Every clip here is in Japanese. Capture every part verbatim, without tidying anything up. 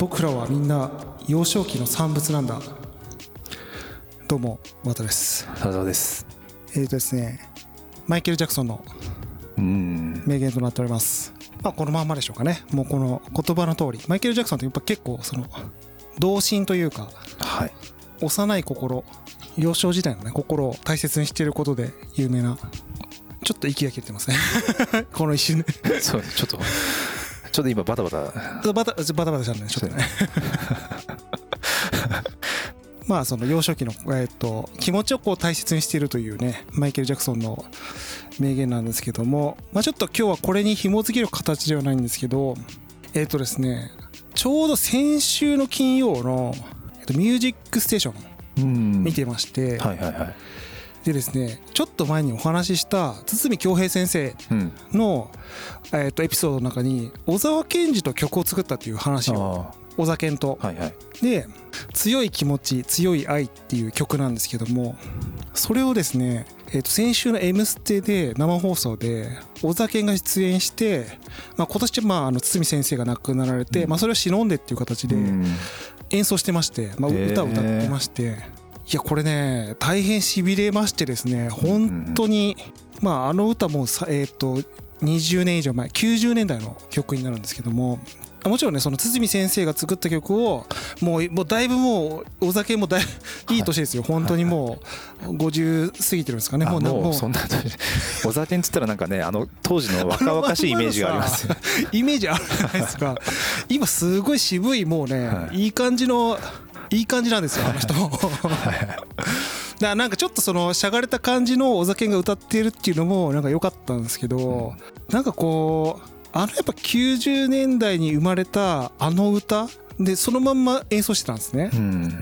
僕らはみんな幼少期の産物なんだ。どうも和田です。 佐藤です。 えーとですねマイケル・ジャクソンの名言となっております。まあこのまんまでしょうかね。もうこの言葉の通りマイケル・ジャクソンってやっぱ結構その童心というか、はい、幼い心、幼少時代のね心を大切にしていることで有名な。ちょっと息が切れてますねこの一瞬でそうちょっとちょっと今バタバタバタバタバタバタしたんでちょっとねまあその幼少期の、えー、と気持ちをこう大切にしているというねマイケル・ジャクソンの名言なんですけども、まあ、ちょっと今日はこれに紐付ける形ではないんですけど、えっ、ー、とですねちょうど先週の金曜の、えー、とミュージックステーション見てまして、はいはいはい、でですねちょっと前にお話しした堤恭平先生の、うんえー、とエピソードの中に小沢健二と曲を作ったっていう話を小沢健と、はいはい、で強い気持ち強い愛っていう曲なんですけども、それをですね、えー、と先週の エムステで生放送で小沢健が出演して、まあ、今年、まあ、あの堤先生が亡くなられて、うんまあ、それを忍んでっていう形で演奏してまして、まあ、歌を歌ってまして、いやこれね大変しびれましてですね本当に、まああの歌もさえっとにじゅうねん以上前きゅうじゅうねんだいの曲になるんですけども、もちろんねその堤先生が作った曲をもうもうだいぶもうお酒もだいぶいい年ですよ、本当にもうごじゅう過ぎてるんですかね。 もうもうそんなお酒っつったらなんかねあの当時の若々しいイメージがありますイメージあるじゃないですか今すごい渋いもうね、はい、いい感じのいい感じなんですよあの人だからなんかちょっとそのしゃがれた感じのお酒が歌ってるっていうのもなんか良かったんですけど、うん、なんかこうあのやっぱきゅうじゅうねんだいに生まれたあの歌でそのまんま演奏してたんですね、うん、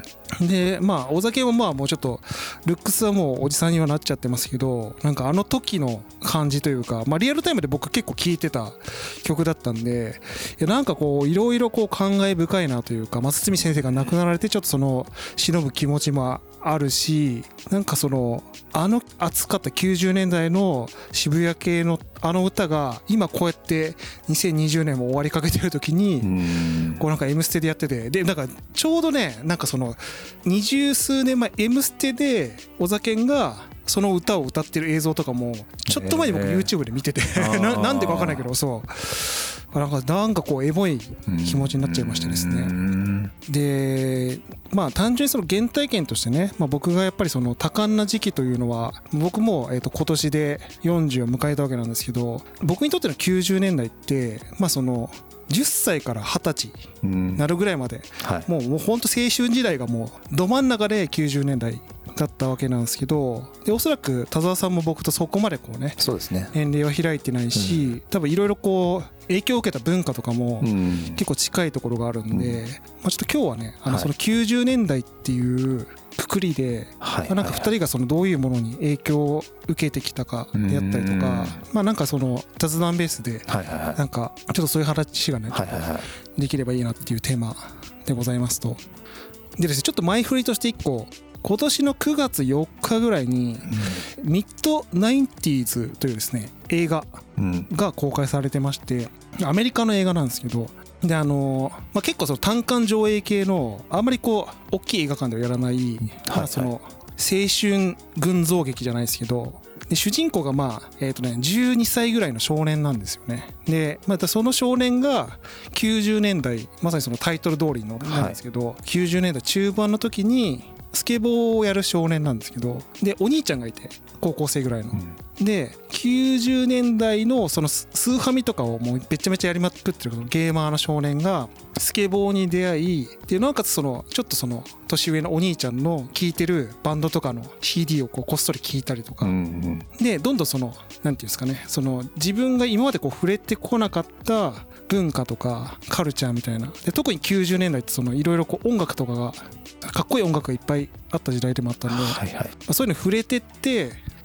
でまあお酒もまあもうちょっとルックスはもうおじさんにはなっちゃってますけど、なんかあの時の感じというか、まあリアルタイムで僕結構聴いてた曲だったんで、いやなんかこういろいろこう感慨深いなというか、松堤先生が亡くなられてちょっとその忍ぶ気持ちもあるし、なんかそのあの熱かったきゅうじゅうねんだいの渋谷系のあの歌が今こうやってにせんにじゅうねんも終わりかけてる時にこうなんか M ステでやってて、でなんかちょうどねなんかその二十数年前 M ステで小沢健がその歌を歌ってる映像とかもちょっと前に僕 YouTube で見ててな, なんでか分かんないけど、そうなんかなんかこうエモい気持ちになっちゃいましてですね。でまあ単純にその原体験としてね、まあ、僕がやっぱりその多感な時期というのは僕もえーと今年でよんじゅうを迎えたわけなんですけど、僕にとってのきゅうじゅうねんだいってまあそのじゅっさいからはたちになるぐらいまで、もうもう本当青春時代がもうど真ん中できゅうじゅうねんだいだったわけなんですけど、でおそらく田沢さんも僕とそこまでこうね、そうですね年齢は開いてないし、うん、多分いろいろこう影響を受けた文化とかも結構近いところがあるんで、うんまあ、ちょっと今日はねあのそのきゅうじゅうねんだいっていうくくりで、はいまあ、なんかふたりがそのどういうものに影響を受けてきたかであったりとか、まあなんかその雑談ベースでなんかちょっとそういう話がねできればいいなっていうテーマでございますと。でですねちょっと前振りとしていっこ、今年のくがつよっかぐらいにミッドナインティーズというですね映画が公開されてまして、アメリカの映画なんですけど、であのまあ結構その単館上映系のあんまりこう大きい映画館ではやらないまあその青春群像劇じゃないですけど、で主人公がまあえっとねじゅうにさいぐらいの少年なんですよね。でまたその少年がきゅうじゅうねんだいまさにそのタイトル通りのなんですけど、きゅうじゅうねんだい中盤の時にスケボーをやる少年なんですけど、でお兄ちゃんがいて高校生ぐらいの、うん、できゅうじゅうねんだいのそのスーハミとかをもうめちゃめちゃやりまくってるゲーマーの少年がスケボーに出会いで、なおかつそのちょっとその年上のお兄ちゃんの聴いてるバンドとかの シーディー をこうこっそり聴いたりとか、うんうん、でどんどんそのなんていうんですかね、その自分が今までこう触れてこなかった文化とかカルチャーみたいなで、特にきゅうじゅうねんだいってそのいろいろこう音楽とかがかっこいい音楽がいっぱいあった時代でもあったんで、はいはいまあ、そういうの触れてって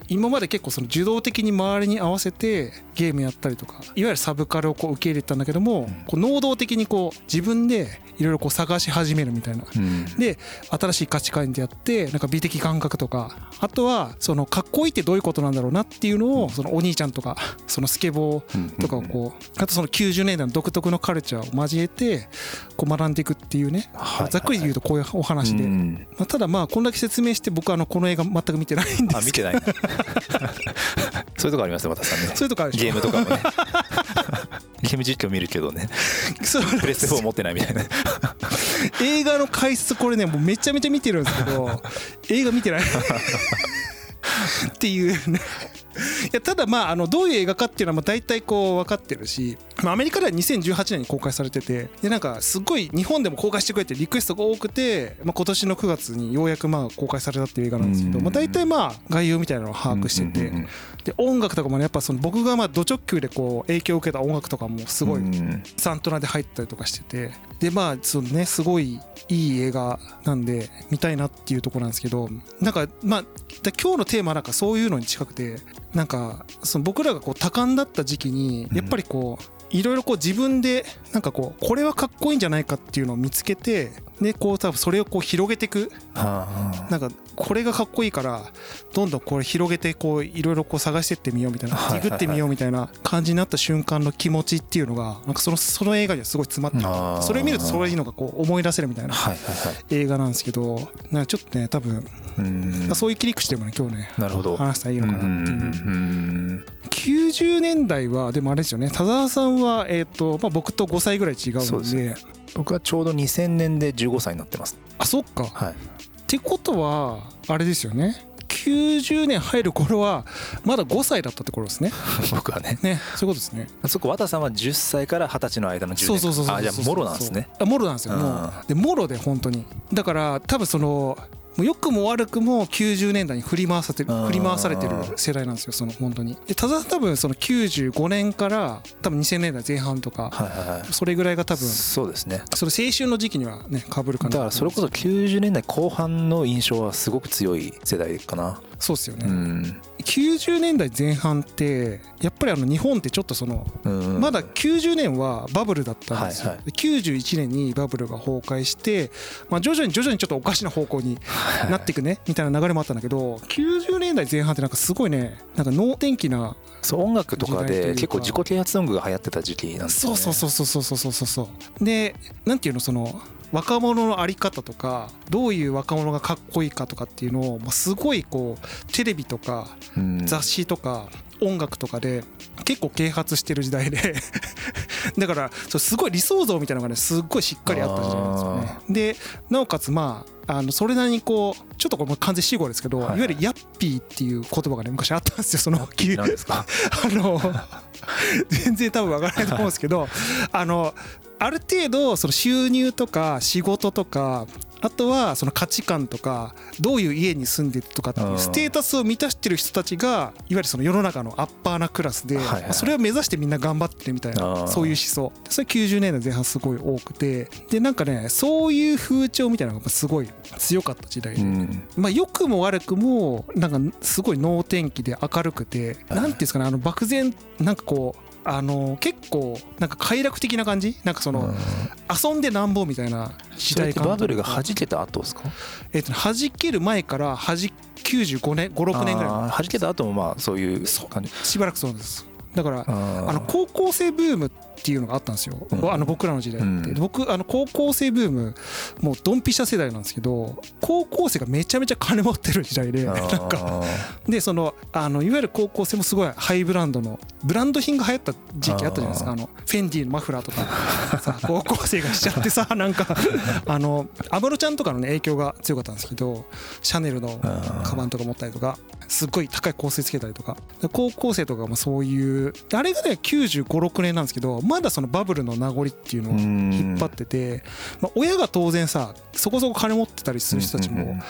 今まで結構その受動的に周りに合わせてゲームやったりとかいわゆるサブカルをこう受け入れたんだけども、こう能動的にこう自分でいろいろこう探し始めるみたいな、で新しい価値観でやってなんか美的感覚とか、あとはそのかっこいいってどういうことなんだろうなっていうのをそのお兄ちゃんとかそのスケボーとかをこう、あとそのきゅうじゅうねんだいの独特のカルチャーを交えてこう学んでいくっていうね、ざっくり言うとこういうお話で、まあただまあこんだけ説明して僕はあのこの映画全く見てないんですけど、 あ見てないそういうとこありますね、和田さんね。 そういうとこあるでしょ、 ゲームとかもねゲーム実況見るけどねプレステフォー持ってないみたいな映画の解説これねもうめちゃめちゃ見てるんですけど映画見てないっていうね。いやただまああのどういう映画かっていうのはまあ大体こう分かってるし、まあアメリカではにせんじゅうはちねんに公開されてて、でなんかすごい日本でも公開してくれってリクエストが多くて、まあ今年のくがつにようやくまあ公開されたっていう映画なんですけど、まあ大体まあ概要みたいなのを把握してて、で音楽とかもねやっぱその僕がまあド直球でこう影響を受けた音楽とかもすごいサントラで入ったりとかしてて、でまあそのねすごいいい映画なんで見たいなっていうところなんですけど、なんかまあ今日のテーマなんかそういうのに近くて、なんかその僕らがこう多感だった時期にやっぱりこういろいろこう自分でなんかこうこれはかっこいいんじゃないかっていうのを見つけて、でこう多分それをこう広げていく、なんかこれがかっこいいからどんどんこれ広げてこういろいろこう探してってみようみたいな、ディグってみようみたいな感じになった瞬間の気持ちっていうのがなんかそのその映画にはすごい詰まってる、それを見るとそういうのがこう思い出せるみたいな映画なんですけど、なんかちょっとね多分そういう切り口でもね今日ね話したらいいのかなっていう。きゅうじゅうねんだいはでもあれですよね、田澤さんはえっとまあ僕とごさいぐらい違うので、 僕はちょうどにせんねんでじゅうごさいになってます。 あ、そっか、 はい、 ってことはあれですよね、きゅうじゅうねん入る頃はまだごさいだったって頃ですね僕はね。 ね、そういうことですね。 そこ和田さんはじゅっさいからはたちの間のじゅうねん。 そうそうそうそう。 あ、じゃあもろなんですね。 あ、もろなんですよ。もうでもろで本当に。だから多分そのもう良くも悪くもきゅうじゅうねんだいに振り回されてる振り回されてる世代なんですよ、その本当に。で田澤さん多分そのきゅうじゅうごねんから多分にせんねんだいぜん半とか、それぐらいが多分そうですね。 その青春の時期にはね被るかな。 だからそれこそきゅうじゅうねんだいこう半の印象はすごく強い世代かな。 そうですよね、うん、きゅうじゅうねんだいぜん半ってやっぱりあの日本ってちょっとそのまだきゅうじゅうねんはバブルだったんですよ、はいはい、きゅうじゅういちねんにバブルが崩壊して、まあ、徐々に徐々にちょっとおかしな方向になっていくねみたいな流れもあったんだけど、きゅうじゅうねんだいぜん半ってなんかすごいね、なんか能天気な、 そう音楽とかで結構自己啓発ソングが流行ってた時期なんですよね。 そうそうそうそうそうそうそうそうで、なんていうの、その若者の在り方とかどういう若者がかっこいいかとかっていうのをすごいこうテレビとか雑誌とか音楽とかで結構啓発してる時代でだからすごい理想像みたいなのがねすっごいしっかりあった時代なんですよね。でなおかつまああのそれなりにこうちょっとこれ完全死語ですけど、いわゆるヤッピーっていう言葉がね昔あったんですよ。その何ですかあの全然多分わからないと思うんですけど、あのある程度その収入とか仕事とかあとはその価値観とかどういう家に住んでるとかっていうステータスを満たしてる人たちがいわゆるその世の中のアッパーなクラスで、それを目指してみんな頑張ってるみたいな、そういう思想、それきゅうじゅうねんだいぜん半すごい多くて、でなんかねそういう風潮みたいなのがすごい強かった時代で、まあ良くも悪くもなんかすごい能天気で明るくて、なんていうんですかね、あの漠然なんかこうあの結構なんか快楽的な感じ、なんかその遊んでなんぼみたいな時代感。 バブルが弾けた後ですか？ えっと弾ける前から弾きゅうじゅうごねんごろくねんぐらい弾けた後もまあそういう感じ、 しばらくそうです。だからあの高校生ブームっていうのがあったんですよ、うん、あの僕らの時代って、うん、僕あの高校生ブームもうドンピシャ世代なんですけど、高校生がめちゃめちゃ金持ってる時代で、なんかでそのあのいわゆる高校生もすごいハイブランドのブランド品が流行った時期あったじゃないですか。あのフェンディのマフラーとかさ高校生がしちゃってさ、なんかあの安室ちゃんとかの、ね、影響が強かったんですけど、シャネルのカバンとか持ったりとかすっごい高い香水つけたりとか、高校生とかもそういうあれがねきゅうじゅうご、ろくねんなんですけど、まだそのバブルの名残っていうのを引っ張ってて、まあ親が当然さそこそこ金持ってたりする人たちも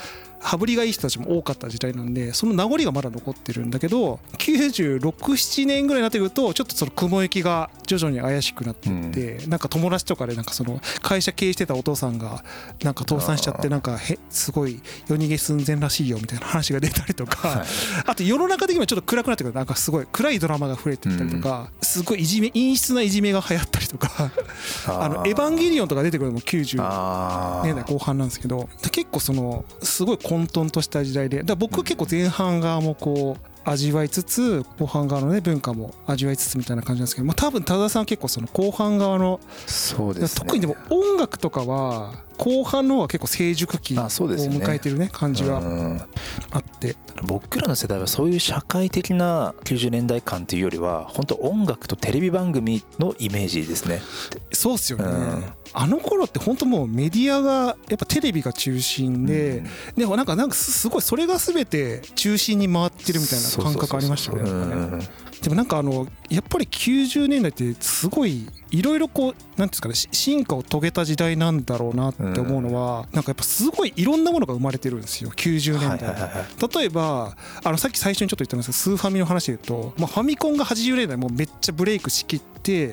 羽振りがいい人たちも多かった時代なんで、その名残がまだ残ってるんだけど、きゅうじゅうろく、ななねんぐらいになってくるとちょっとその雲行きが徐々に怪しくなっていって、うん、なんか友達とかでなんかその会社経営してたお父さんがなんか倒産しちゃってなんかへすごい夜逃げ寸前らしいよみたいな話が出たりとか、はい、あと世の中的にはちょっと暗くなってくる、なんかすごい暗いドラマが増えてきたりとか、うん、すごいいじめ陰湿ないじめが流行ったりとかあのエヴァンゲリオンとか出てくるのもきゅうじゅうねんだいこう半なんですけど、結構そのすごい混沌とした時代で、だから僕は結構前半側もこう味わいつつ後半側のね文化も味わいつつみたいな感じなんですけど、まあ多分多田さんは結構その後半側の、 そうですね、 特にでも音楽とかは後半の方は結構成熟期を迎えてるね感じがあって、 僕らの世代はそういう社会的なきゅうじゅうねんだい感っていうよりは本当音楽とテレビ番組のイメージですね。 そうっすよね、うん、あの頃って本当もうメディアがやっぱテレビが中心で、うん、でもなんかなんかすごいそれが全て中心に回ってるみたいな感覚ありましたよね。でもなんかあのやっぱりきゅうじゅうねんだいってすごいいろいろこうなんていうんですかね、進化を遂げた時代なんだろうなって思うのは、なんかやっぱすごいいろんなものが生まれてるんですよきゅうじゅうねんだい。例えばあのさっき最初にちょっと言ったんですけど、スーファミの話で言うと、まあファミコンがはちじゅうねんだいもうめっちゃブレイクしきって、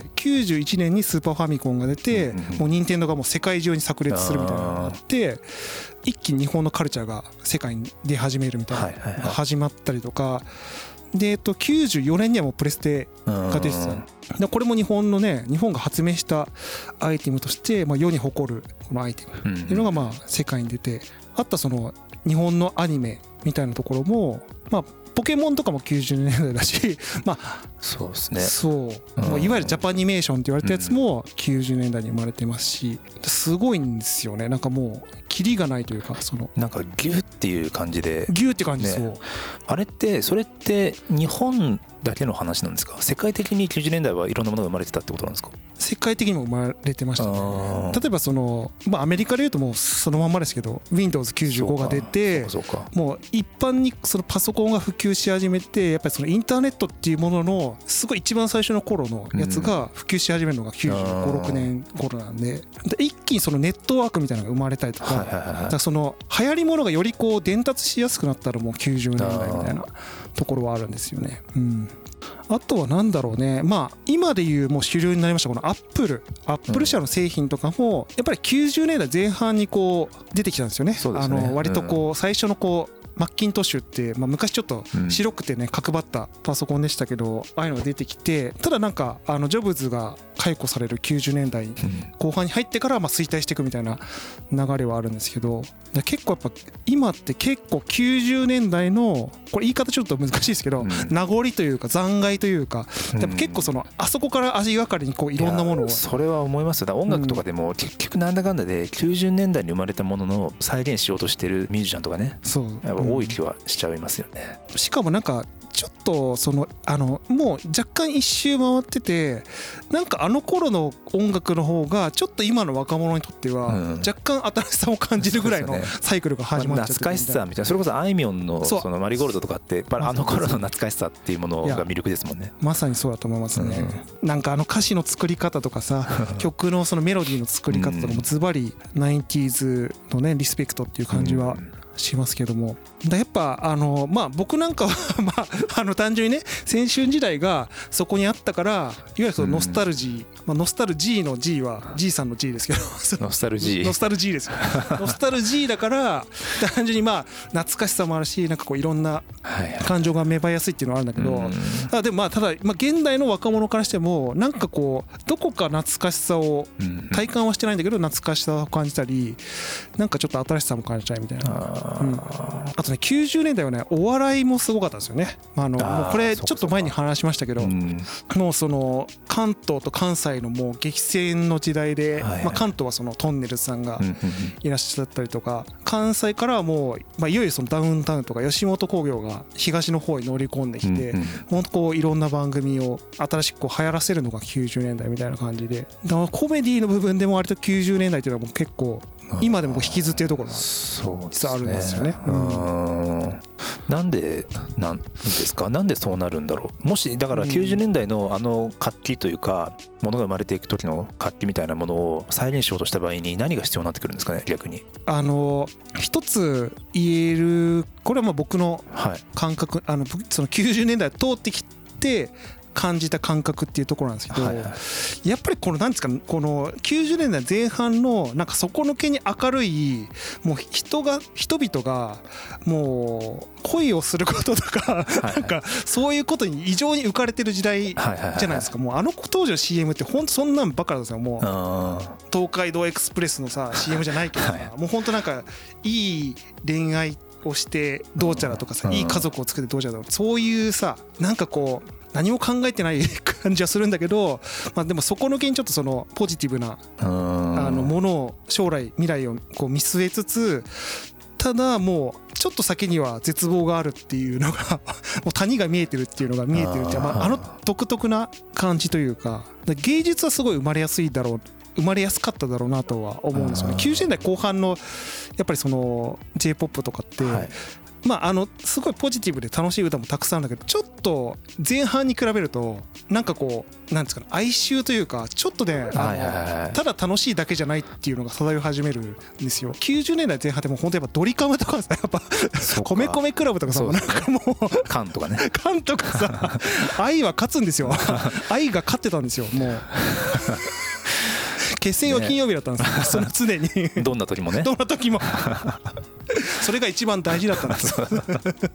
きゅうじゅういちねんにスーパーファミコンが出て、もう任天堂がもう世界中に炸裂するみたいなのがあって、一気に日本のカルチャーが世界に出始めるみたいなのが始まったりとかで、えっと、きゅうじゅうよねんにはもうプレステが出てた。これも日本のね、日本が発明したアイテムとして、まあ、世に誇るこのアイテムっていうのがまあ世界に出て、あったその日本のアニメみたいなところも、まあポケモンとかもきゅうじゅうねんだいだし、まあそうですね、 そう、もういわゆるジャパニメーションって言われたやつもきゅうじゅうねんだいに生まれてますし、すごいんですよね。なんかもうキリがないというか、そのなんかギュっていう感じで、 ギュって感じ、そう。 あれってそれって日本だけの話なんですか？世界的にきゅうじゅうねんだいはいろんなものが生まれてたってことなんですか？ 世界的にも生まれてましたね。例えばその、まあ、アメリカでいうともうそのまんまですけど ウィンドウズきゅうじゅうご が出て、もう一般にそのパソコンが普及し始めて、やっぱりそのインターネットっていうもののすごい一番最初の頃のやつが普及し始めるのがきゅうじゅうご、ろくねん頃なんで、一気にそのネットワークみたいなのが生まれたりとか、だからその流行りものがよりこう伝達しやすくなったらもうきゅうじゅうねんだいみたいなところはあるんですよね。うん。あとはなんだろうね、まあ今でいうもう主流になりましたこのアップルアップル社の製品とかもやっぱりきゅうじゅうねんだいぜん半にこう出てきたんですよね。あの割とこう最初のこうマッキントッシュってまあ昔ちょっと白くてね角張ったパソコンでしたけど、ああいうのが出てきて、ただなんかあのジョブズが解雇されるきゅうじゅうねんだいこう半に入ってからまあ衰退していくみたいな流れはあるんですけど、結構やっぱ今って結構きゅうじゅうねんだいのこれ言い方ちょっと難しいですけど、名残というか残骸というか、でも結構そのあそこから味がかりにこういろんなものを、 それは思いますよ。音楽とかでも結局なんだかんだできゅうじゅうねんだいに生まれたものの再現しようとしてるミュージシャンとかね、そうやっぱ多い気はしちゃいますよね。 しかもなんかちょっとそのあのもう若干一周回ってて、なんかあの頃の音楽の方がちょっと今の若者にとっては若干新しさを感じるぐらいのサイクルが始まっちゃって、 懐かしさみたいな、それこそあいみょんのそのマリーゴールドとかってやっぱりあの頃の懐かしさっていうものが魅力ですもんね。 まさにそうだと思いますね。なんかあの歌詞の作り方とかさ曲のそのメロディーの作り方とかもズバリナインティーズのねリスペクトっていう感じはしますけども、だやっぱあのまあ僕なんかはまああの単純にね青春時代がそこにあったから、いわゆるそのノスタルジー、まあノスタルジーの G は G さんの G ですけどノスタルジーノスタルジーですよノスタルジーだから単純にまあ懐かしさもあるし、なんかこういろんな感情が芽生えやすいっていうのはあるんだけど、あでもまあただまあ現代の若者からしてもなんかこうどこか懐かしさを体感はしてないんだけど懐かしさを感じたり、なんかちょっと新しさも感じちゃうみたいな。うん、あとねきゅうじゅうねんだいはねお笑いもすごかったですよね。あのもうこれちょっと前に話しましたけど、もうその関東と関西のもう激戦の時代で、まあ関東はそのトンネルズさんがいらっしゃったりとか、関西からはもうまあいよいよそのダウンタウンとか吉本興業が東の方に乗り込んできて、本当こういろんな番組を新しくこう流行らせるのがきゅうじゅうねんだいみたいな感じで、だからコメディの部分でも割ときゅうじゅうねんだいっていうのはもう結構今でも引きずってるところが実はあるんですよね。うん、 なんでなんですか、なんでそうなるんだろう。もしだからきゅうじゅうねんだいのあの活気というか、ものが生まれていく時の活気みたいなものを再現しようとした場合に何が必要になってくるんですかね、逆に。 あの一つ言える、これはまあ僕の感覚、はい、あのそのきゅうじゅうねんだい通ってきて感じた感覚っていうところなんですけど、はいはい、やっぱりこのなんですか、このきゅうじゅうねんだいぜん半のなんか底抜けに明るい、もう人が人々がもう恋をすることとか、なんかそういうことに異常に浮かれてる時代じゃないですか。もうあの当時の シーエム って本当そんなんばっかりですよ。もう東海道エクスプレスのさ シーエム じゃないけどさ、もう本当なんかいい恋愛をしてどうちゃらとかさ、いい家族を作ってどうちゃらとか、そういうさ、なんかこう何も考えてない感じはするんだけど、まあでもそこのけにちょっとそのポジティブなあのものを、将来未来をこう見据えつつ、ただもうちょっと先には絶望があるっていうのがもう谷が見えてるっていうのが見えてるっていう、まああの独特な感じというか、芸術はすごい生まれやすいだろう、生まれやすかっただろうなとは思うんですよね。きゅうじゅうねんだいこう半のやっぱりその J-ポップ とかって、はい、まああのすごいポジティブで楽しい歌もたくさんあるんだけど、ちょっと前半に比べるとなんかこうなんですかね、哀愁というか、ちょっとね、あのただ楽しいだけじゃないっていうのが漂い始めるんですよ。きゅうじゅうねんだいぜん半でも本当やっぱドリカムとかさ、やっぱ米米クラブとかさ、なんかもうカンとかね、 カンとかさ、愛は勝つんですよ。愛が勝ってたんですよ、もう。決戦は金曜日だったんですよ、その常に。 どんな時もね、 どんな時もそれが一番大事だったんですよ。そうね。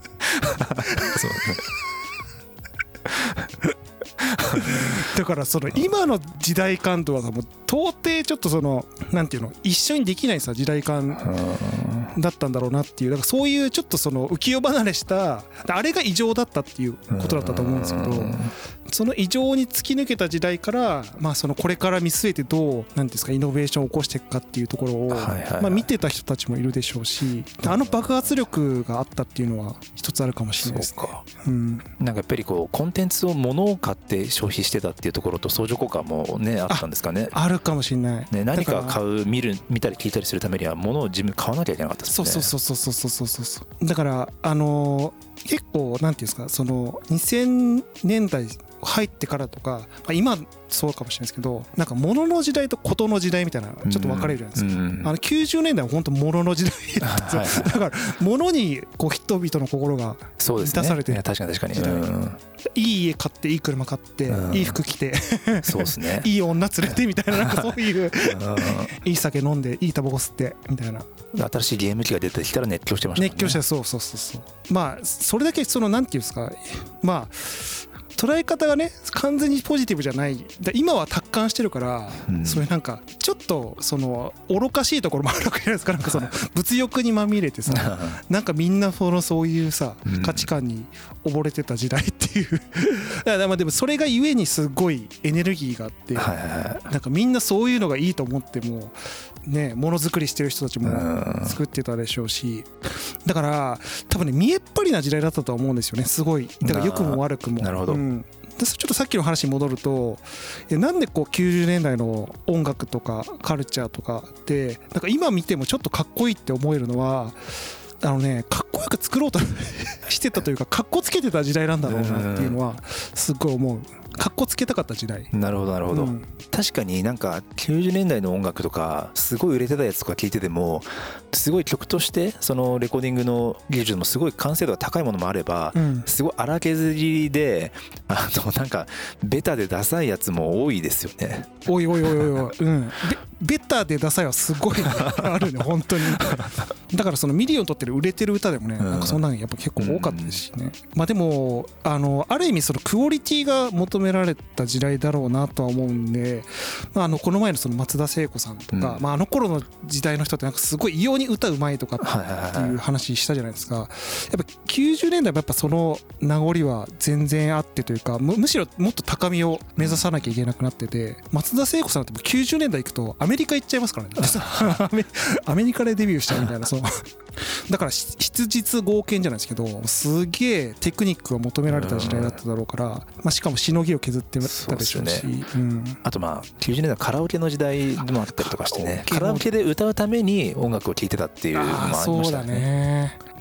だからその今の時代感とはもう到底ちょっとそのなんていうの、一緒にできないさ時代感だったんだろうなっていう、だからそういうちょっとその浮世離れしたあれが異常だったっていうことだったと思うんですけど、その異常に突き抜けた時代から、まあそのこれから見据えてどうなんですかイノベーションを起こしていくかっていうところをまあ見てた人たちもいるでしょうし、あの爆発力があったっていうのは一つあるかもしれないですね。 そうか、うん、なんかやっぱりこうコンテンツを物を買って消費してたっていうところと相乗効果もねあったんですかね。 あ, あるかもしれない、 ね、何か買う見る見たり聞いたりするためには物を自分買わなきゃいけなかったですね。 そうそうそうそうそうそうそうだからあのー、結構なんていうんですか、そのにせんねんだい入ってからとか、まあ、今そうかもしれないですけど、なんか物の時代と事の時代みたいなちょっと分かれるじゃないですか、うんうん、あのきゅうじゅうねんだいは本当物の時代だっただから物にこう人々の心が満たされてる、 確かに確かに、うん、 いい家買っていい車買って、うん、いい服着てそうですねいい女連れてみたいな、なんかそういういい酒飲んでいいタバコ吸ってみたいな、 新しいゲーム機が出てきたら熱狂してましたね。 熱狂して、そうそうそうそう、まあそれだけそのなんていうんですか、まあ捉え方がね完全にポジティブじゃない、今は達観してるから、うん、そういうなんかちょっとその愚かしいところもあるわけじゃないですか。なんかその物欲にまみれてさなんかみんなそのそういうさ価値観に溺れてた時代っていうだからまあでもそれがゆえにすごいエネルギーがあって、なんかみんなそういうのがいいと思ってもね、ものづくりしてる人たちも作ってたでしょうし、だから多分ね見えっ張りな時代だったとは思うんですよね。すごいだから良くも悪くも。 なるほど、うん、 ちょっとさっきの話に戻ると、なんでこうきゅうじゅうねんだいの音楽とかカルチャーとかってなんか今見てもちょっとかっこいいって思えるのは、あのねかっこよく作ろうとしてたというか、かっこつけてた時代なんだろうなっていうのはすっごい思う。かっこつけたかった時代。 なるほどなるほど、うん、確かになんかきゅうじゅうねんだいの音楽とかすごい売れてたやつとか聞いてても、すごい曲としてそのレコーディングの技術もすごい完成度が高いものもあれば、すごい荒削りであのなんかベタでダサいやつも多いですよね。 おいおいおいおいおい、うん、ベタでダサいはすごいあるね本当に。だからそのミリオン取ってる売れてる歌でもね、なんかそんなのやっぱ結構多かったですしね。まあでもあのある意味そのクオリティが求められた時代だろうなとは思うんで、まああのこの前のその松田聖子さんとか、まああの頃の時代の人ってなんかすごい異様に歌うまいとかっていう話したじゃないですか。やっぱきゅうじゅうねんだいはやっぱその名残は全然あってというか、む, むしろもっと高みを目指さなきゃいけなくなってて、松田聖子さんってきゅうじゅうねんだい行くとアメリカ行っちゃいますからね。アメリカでデビューしたみたいな、そのだから質実剛健じゃないですけど、すげえテクニックが求められた時代だっただろうから、まあ、しかもしのぎを削ってたでしょうし、う、ね、うん、 あとまあきゅうじゅうねんだいカラオケの時代でもあったりとかしてね、カラオケで歌うために音楽を聴いてたっていうのもありましたね。 あ、そうだね。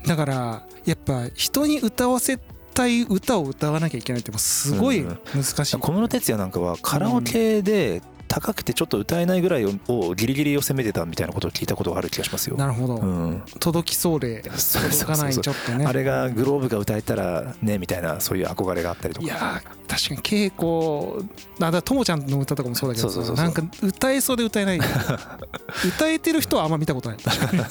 だからやっぱ人に歌わせたい歌を歌わなきゃいけないってもうすごい難しい、 うん、小室哲哉なんかはカラオケで高くてちょっと歌えないぐらいをギリギリを攻めてたみたいなことを聞いたことがある気がしますよ。 なるほど、 うん、 届きそうで届かないちょっとね、 あれがグローブが歌えたらねみたいなそういう憧れがあったりとか。 いや確かに稽古だからともちゃんの歌とかもそうだけど、そうそうそうそう、なんか歌えそうで歌えない歌えてる人はあんま見たことない確かに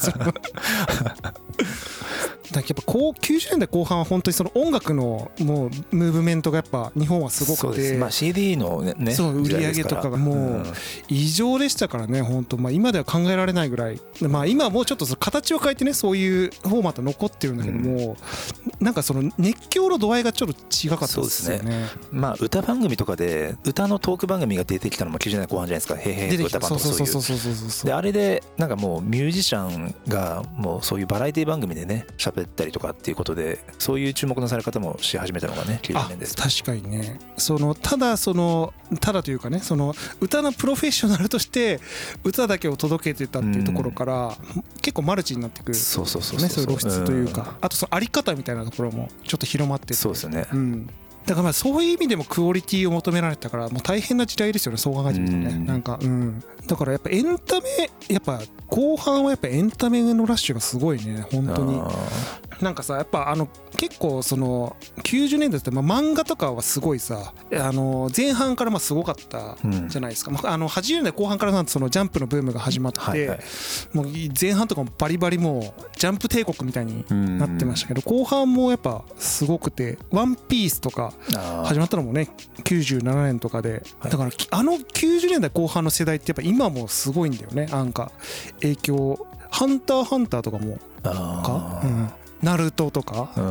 だからやっぱこうきゅうじゅうねんだいこう半は本当にその音楽のもうムーブメントがやっぱ日本はすごくて、そうです、 まあ、シーディー のね、 そう売り上げとかがもう異常でしたからね本当、まあ今では考えられないぐらい、まあ今はもうちょっと形を変えてねそういうフォーマット残ってるんだけども、なんかその熱狂の度合いがちょっと違かったですよね。そうですね、まあ歌番組とかで歌のトーク番組が出てきたのもきゅうじゅうねんだいこう半じゃないですか。へいへいと歌番とかそういうで、あれでなんかもうミュージシャンがもうそういうバラエティ番組でね喋ったりとかっていうことでそういう注目のされ方もし始めたのがねきゅうじゅうねんです。 確かにね、そのただそのただというかねその歌のプロフェッショナルとして歌だけを届けてたっていうところから結構マルチになってくる、 そうそうそうそう、 そういう露出というか、あとそのあり方みたいなところもちょっと広まってて、 そうですよね、 うん、だからまあそういう意味でもクオリティを求められたからもう大変な時代ですよねそう考えてみるとね、なんかうんだからやっぱエンタメやっぱ後半はやっぱエンタメのラッシュがすごいね本当に。なんかさやっぱあの結構そのきゅうじゅうねんだいってまあ漫画とかはすごいさあの前半からまあすごかったじゃないですか、あのはちじゅうねんだいこう半からなんてそのジャンプのブームが始まってもう前半とかもバリバリもうジャンプ帝国みたいになってましたけど後半もやっぱすごくてワンピースとか始まったのもねきゅうじゅうななねんとかで、だからあのきゅうじゅうねんだいこう半の世代ってやっぱ今もすごいんだよね。なんか影響ハンターハンターとかもか、うんナルトとか、うん、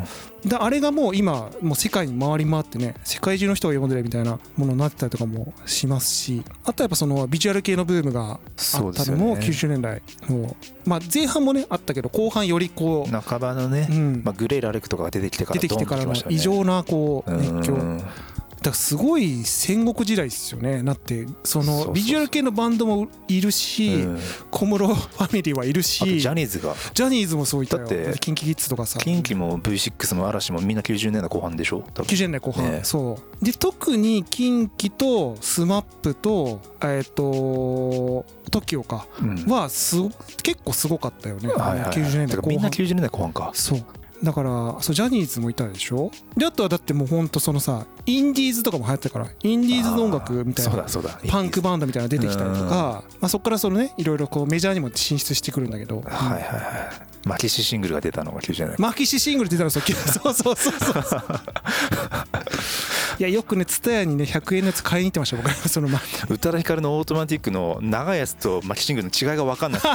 だあれがもう今もう世界に回り回ってね世界中の人が読んでるみたいなものになってたりとかもしますし、あとやっぱそのビジュアル系のブームがあったのもきゅうじゅうねんだいの、まあ前半もねあったけど後半よりこう半ばのね、まあグレーラルクとかが出てきてから出てきてからの異常なこう熱狂だからすごい戦国時代ですよね。だってそのビジュアル系のバンドもいるし小室ファミリーはいるし、 ジャニーズがジャニーズもそういったよ。だってキンキキッズとかさキンキも ブイシックス も嵐もみんなきゅうじゅうねんだいこう半でしょ。 きゅうじゅうねんだいこう半、ね、そうで特にキンキとスマップとえっと トキオ かはす結構すごかったよね、はいはいはい、きゅうじゅうねんだいこう半。 みんなきゅうじゅうねんだいこう半か。 そうだからそうジャニーズもいたでしょ。であとはだってもうほんとそのさインディーズとかも流行ってたからインディーズの音楽みたいなパンクバンドみたいなの出てきたりとか、まあそこからそのねいろいろこうメジャーにも進出してくるんだけど、 はいはいはいマキシシングルが出たのがきゅうじゅうねんだい。 マキシシングル出たのそうそうそうそうそういやよくねツタヤにねひゃくえんのやつ買いに行ってました僕は。その宇多田ヒカルのオートマティックの長いやつとマキシシングルの違いが分かんなくて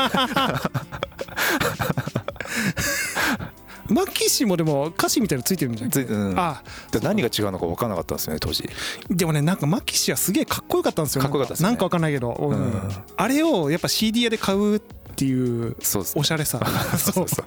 マキシもでも歌詞みたいなのついてるんじゃない、 うん、あ何が違うのか分からなかったんですよね当時。 でもねなんかマキシはすげえかっこよかったんですよ。 かっこよかったですね。 なんか分かんないけど、うんうん、あれをやっぱ シーディー 屋で買うっていうおしゃれさそうそう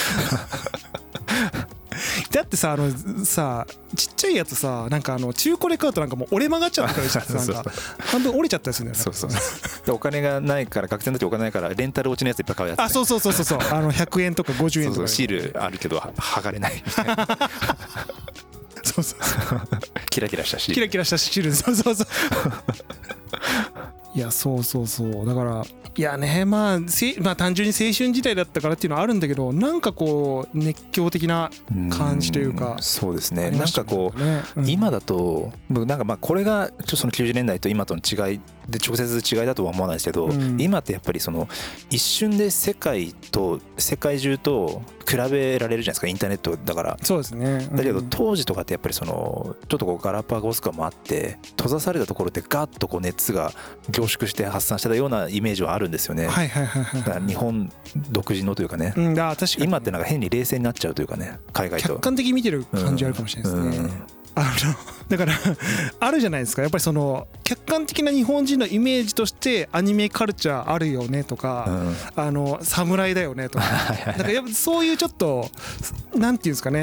だってさあのさちっちゃいやつさなんかあの中古で買うとなんかもう折れ曲がっちゃったりしてなんか半分折れちゃったりするんだよね。 そうそうそうでお金がないから学生の時お金ないからレンタル落ちのやついっぱい買うやつ、ね、 あそうそうそうそうそうあのひゃくえんとかごじゅうえんとかそうそうシールあるけど剥がれないみたいなそうそうそうキラキラしたシールキラキラしたシールそうそうそういやそうそうそうだからいやねまあ、まあ単純に青春時代だったからっていうのはあるんだけどなんかこう熱狂的な感じというか。 うそうですねなんかこう、ねうん、今だとなんかまあこれがちょっとそのきゅうじゅうねんだいと今との違いで直接違いだとは思わないですけど、うん、今ってやっぱりその一瞬で世界と世界中と比べられるじゃないですかインターネットだから。 そうですね、うん、 だけど当時とかってやっぱりそのちょっとこうガラパゴス感もあって閉ざされたところってガッとこう熱が凝縮して発散してたようなイメージはあるんですよね。 はいはいはいはい、 だから日本独自のというかね、 うん、あ確かに今ってなんか変に冷静になっちゃうというかね海外と客観的に見てる感じあるかもしれないですね、うんうんあのだからあるじゃないですかやっぱりその客観的な日本人のイメージとしてアニメカルチャーあるよねとか、うん、あの侍だよねとかなんかやっぱそういうちょっとなんていうんですかね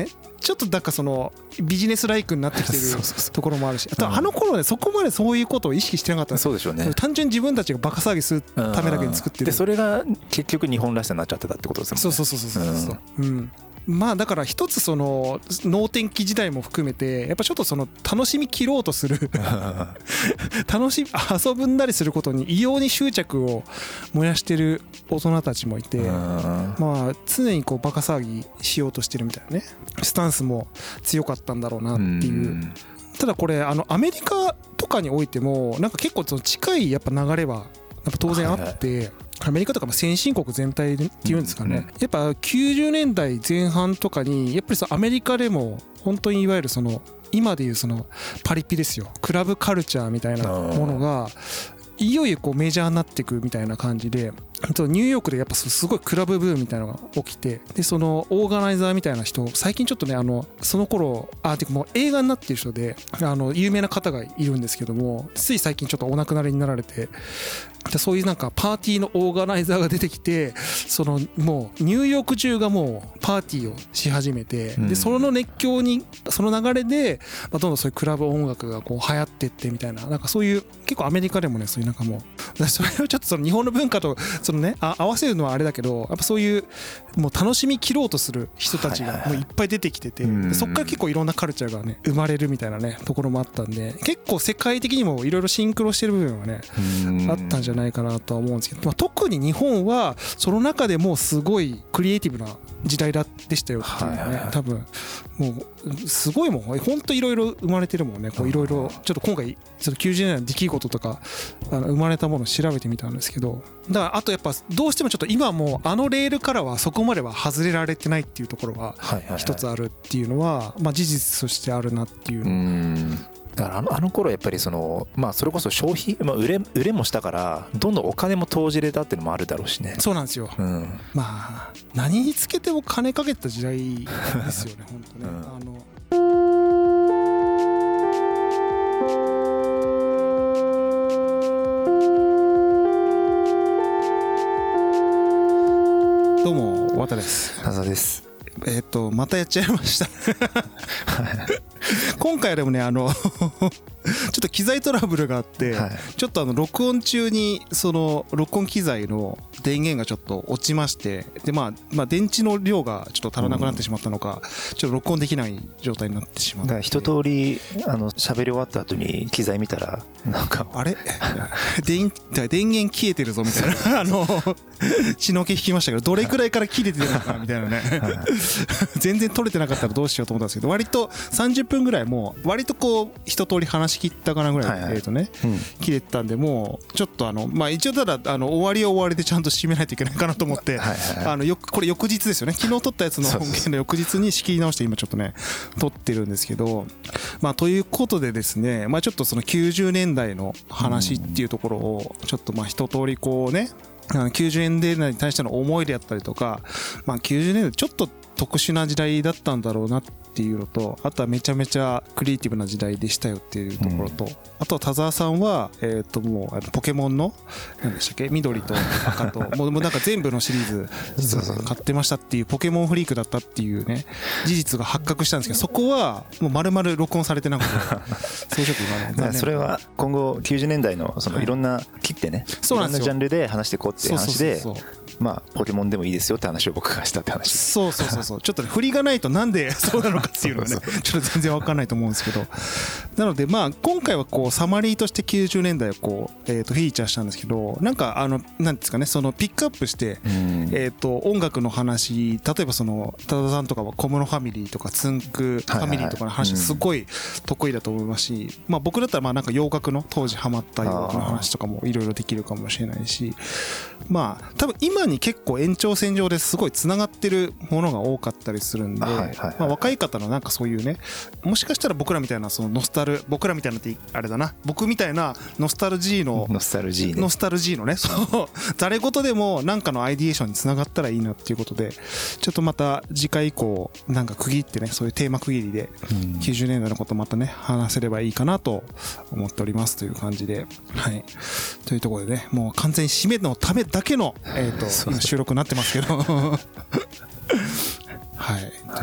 ちょっとなんかそのビジネスライクになってきてるところもあるし、あとあの頃ねそこまでそういうことを意識してなかったんです。 そうでしょうね。 単純に自分たちがバカ騒ぎするためだけに作ってる。 でそれが結局日本らしさになっちゃってたってことですもんね。 そうそうそうそうそう。うん。うんまあだから一つその能天気時代も含めてやっぱちょっとその楽しみ切ろうとする楽し遊ぶんだりすることに異様に執着を燃やしてる大人たちもいて、まあ常にこうバカ騒ぎしようとしてるみたいなねスタンスも強かったんだろうなっていう。ただこれあのアメリカとかにおいてもなんか結構その近いやっぱ流れはやっぱ当然あって、アメリカとか先進国全体っていうんですかね、やっぱきゅうじゅうねんだいぜん半とかにやっぱりそのアメリカでも本当にいわゆるその今でいうそのパリピですよ、クラブカルチャーみたいなものがいよいよこうメジャーになっていくみたいな感じで、ニューヨークでやっぱすごいクラブブームみたいなのが起きて、でそのオーガナイザーみたいな人、最近ちょっとねあのその頃あてかもう映画になってる人であの有名な方がいるんですけども、つい最近ちょっとお亡くなりになられて、でそういうなんかパーティーのオーガナイザーが出てきて、そのもうニューヨーク中がもうパーティーをし始めて、でその熱狂にその流れでどんどんそういうクラブ音楽がこう流行ってってみたいな、なんかそういう結構アメリカでもねそういうなんかもうそれをちょっとその日本の文化とそのね合わせるのはあれだけど、やっぱそういうもう楽しみ切ろうとする人たちがもういっぱい出てきてて、そっから結構いろんなカルチャーがね生まれるみたいなねところもあったんで、結構世界的にもいろいろシンクロしてる部分はねあったんじゃないかなとは思うんですけど、まあ、特に日本はその中でもすごいクリエイティブな時代だでしたよっていうね、多分もうすごいもん、ほんといろいろ生まれてるもんね。こういろいろちょっと今回ちょっときゅうじゅうねんだいの出来事とかあの生まれたものを調べてみたんですけど、だからあとやっぱどうしてもちょっと今もあのレールからはそこまでは外れられてないっていうところは一つあるっていうのはまあ事実としてあるなっていう。 うんだからあのあの頃やっぱりそのまあそれこそ消費、まあ、売れ売れもしたからどんどんお金も投じれたっていうのもあるだろうしね。 そうなんですよ、うん、まあ何につけても金かけた時代ですよね本当ね、うん、あのどうも和田です。 田澤です。 えっとまたやっちゃいました今回でもねあのちょっと機材トラブルがあって、はい、ちょっとあの録音中にその録音機材の電源がちょっと落ちまして、でまあまあ電池の量がちょっと足らなくなってしまったのか、うん、ちょっと録音できない状態になってしまって、だから一通りあの喋り終わった後に機材見たらなんかあれ電電源消えてるぞみたいなあの血の気引きましたけど、どれくらいから切れてるのかみたいなね全然取れてなかったらどうしようと思ったんですけど、割とさんじゅっぷんぐらいもう割とこう一通り話し切ったかなぐらいで、えーとね切れてたんで、もうちょっとあのまあ一応ただあの終わりは終わりでちゃんと締めないといけないかなと思って、あのよくこれ翌日ですよね、昨日撮ったやつの音源の翌日に仕切り直して今ちょっとね撮ってるんですけど、まあということでですね、まあちょっとそのきゅうじゅうねんだいの話っていうところをちょっとまあ一通りこうねきゅうじゅうねんだいに対しての思いであったりとか、まあきゅうじゅうねんだいちょっと特殊な時代だったんだろうなっていうのと、あとはめちゃめちゃクリエイティブな時代でしたよっていうところと、うん、あとは田澤さんはえっともうあのポケモンの何でしたっけ、緑と赤ともうなんか全部のシリーズ実は買ってましたっていうポケモンフリークだったっていうね事実が発覚したんですけど、そこはもう丸々録音されてなくてそれちょっと今のそれは今後きゅうじゅうねんだいのそのいろんな切ってね、いろんなジャンルで話していこうっていう話で、まあポケモンでもいいですよって話を僕がしたって話。 そうそうそうそうちょっとね振りがないとなんでそうなのかっていうのはねちょっと全然わかんないと思うんですけど、なのでまあ今回はこうサマリーとしてきゅうじゅうねんだいをこうえとフィーチャーしたんですけど、なんかあのなんですかね、そのピックアップしてえと音楽の話、例えばその多田さんとかは小室ファミリーとかつんくファミリーとかの話すごい得意だと思いますし、まあ僕だったらまあなんか洋楽の当時ハマった洋楽の話とかもいろいろできるかもしれないし、まあ多分今に結構延長線上ですごいつながってるものが多かったりするんで、まあ若い方のなんかそういうね、もしかしたら僕らみたいなそのノスタル僕らみたいなってあれだな僕みたいなノスタルジーのノスタルジーねノスタルジーのねそう誰事でもなんかのアイディエーションにつながったらいいなっていうことで、ちょっとまた次回以降なんか区切ってね、そういうテーマ区切りできゅうじゅうねんだいのことまたね話せればいいかなと思っておりますという感じで、はいというところでね、もう完全に締めのためだけのえっと今収録になってますけどはい、と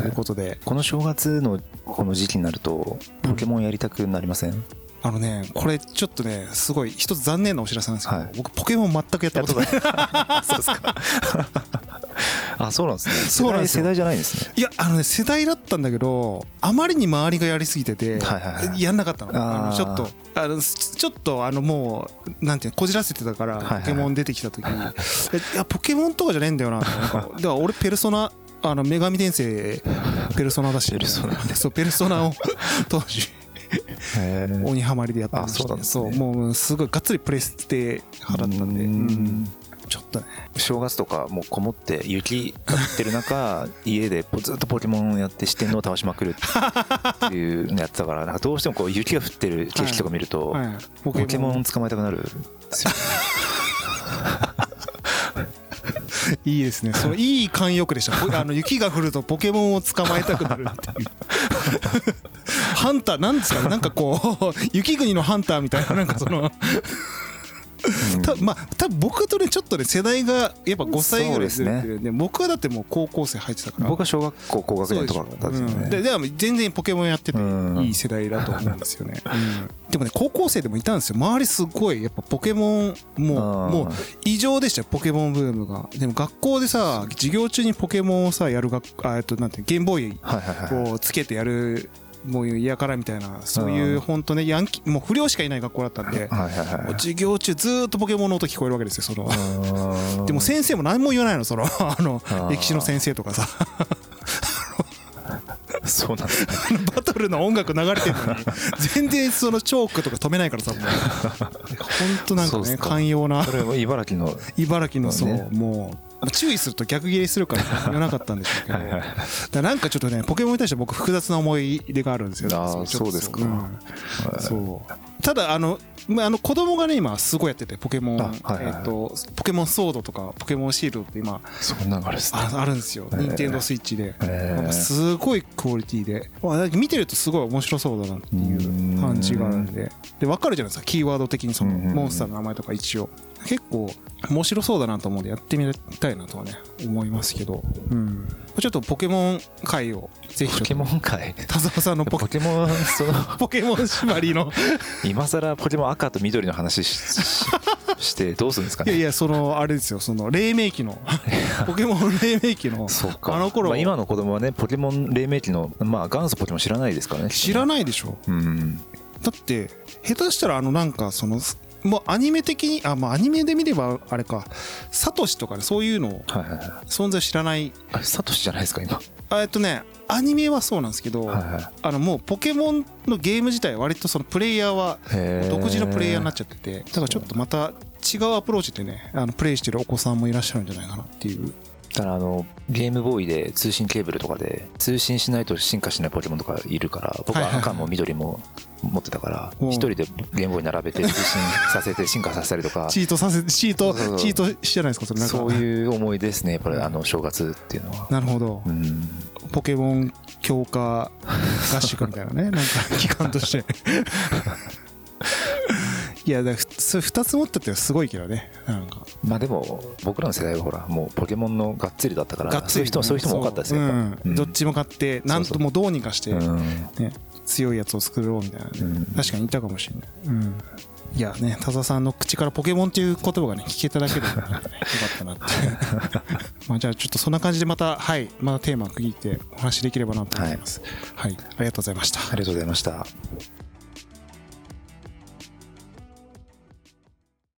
ということで、 この正月のこの時期になるとポケモンやりたくなりません？うん、 あのね、これちょっとねすごい一つ残念なお知らせなんですけど、はい、僕ポケモン全くやったことない。 そうですか。あ、そうなんですね。 そうなんですよ。 世代じゃないんですね。 いや、あのね、世代だったんだけど、あまりに周りがやりすぎてて、はいはいはい、やんなかったの。あのちょっとあのちょっとあのもうなんていうのこじらせてたから、はいはい、ポケモン出てきた時に、いやポケモンとかじゃねえんだよな。なんかだから俺ペルソナ、あの女神転生ペルソナだし、ペルソナそうペルソナを当時鬼ハマりでやってました。そう、もうすごいがっつりプレステ派だったんで、うん、ちょっとね、 正月とかもうこもって雪が降ってる中家でずっとポケモンやって四天王倒しまくるっていうのやってたから、なんかどうしてもこう雪が降ってる景色とか見るとポケモン捕まえたくなるんですよ。 いいですね。そのいい慣用句でした。あの雪が降るとポケモンを捕まえたくなるっていう。ハンターなんですかね。なんかこう雪国のハンターみたいな、なんかその。たまあ多分僕とねちょっとね世代がやっぱごさいぐらいずれてるんで、僕はだってもう高校生入ってたから、 僕は小学校高学年とかだったんですよね。 ででも全然ポケモンやってていい世代だと思うんですよね。でもね高校生でもいたんですよ。周りすごいやっぱポケモンもうもう異常でしたよ、ポケモンブームが。でも学校でさ授業中にポケモンをさやる学あえっとなんてゲームボーイをつけてやるもう嫌からみたいな、そういう本当ねヤンキーもう不良しかいない学校だったんで、授業中ずーっとポケモンの音聞こえるわけですよ。そのでも先生も何も言わないの、そのあの歴史の先生とかさ。 そうなんですね。 バトルの音楽流れてるのに全然そのチョークとか止めないからさ、もう本当なんかね寛容な。 それは茨城の茨城のそうもう。注意すると逆ギレするから言わなかったんでしょうけど、だからなんかちょっとねポケモンに対して僕複雑な思い出があるんですよ。 ああそうですか。 そうただあのあの子供がね今すごいやっててポケモンえっとポケモンソードとかポケモンシールドって今そんなのあるんですね。 あるんですよ。任天堂スイッチですごいクオリティで見てるとすごい面白そうだなっていう感じがあるんで、で分かるじゃないですかキーワード的にそのモンスターの名前とか一応結構面白そうだなと思うんでやってみたいなとはね思いますけど、うん、ちょっとポケモン回をぜひポケモン回田沢さんのポケモンそのポケモン縛りの今更ポケモン赤と緑の話 し, してどうするんですかね。 いやいやそのあれですよ、その黎明期のポケモン黎明期のあの頃、 まあ、今の子供はねポケモン黎明期のまあ元祖ポケモン知らないですからね。 知らないでしょ、うん、だって下手したらあのなんかそのもうアニメ的にあまあアニメで見ればあれかサトシとかねそういうの存在知らない。 サトシじゃないですか今。 えっとねアニメはそうなんですけど、はいはい、あのもうポケモンのゲーム自体は割とそのプレイヤーは独自のプレイヤーになっちゃってて、だからちょっとまた違うアプローチでねあのプレイしてるお子さんもいらっしゃるんじゃないかなっていう。 だからあのゲームボーイで通信ケーブルとかで通信しないと進化しないポケモンとかいるから、僕は赤も緑も持ってたから一人でゲームボーイ並べて通信させて進化させたりとかチートさせてチートチートじゃないですかそれ。なんかそういう思いですねやっぱりあの正月っていうのは。 なるほど、うん、ポケモン強化合宿みたいなねなんか期間としていやだからそれふたつ持ったってすごいけどね。なんかまあでも僕らの世代はほらもうポケモンのがっつりだったからそういう人もそういう人も多かったですよ、 うんうん、どっちも買ってなんともどうにかして、ね、強いやつを作ろうみたいな、ねうん、確かにいたかもしれない、うん、いやね田沢さんの口からポケモンっていう言葉がね聞けただけでも、ね、よかったなってまあじゃあちょっとそんな感じでまたはいまたテーマを区切ってお話しできればなと思います、はい、はい、ありがとうございました。 ありがとうございました。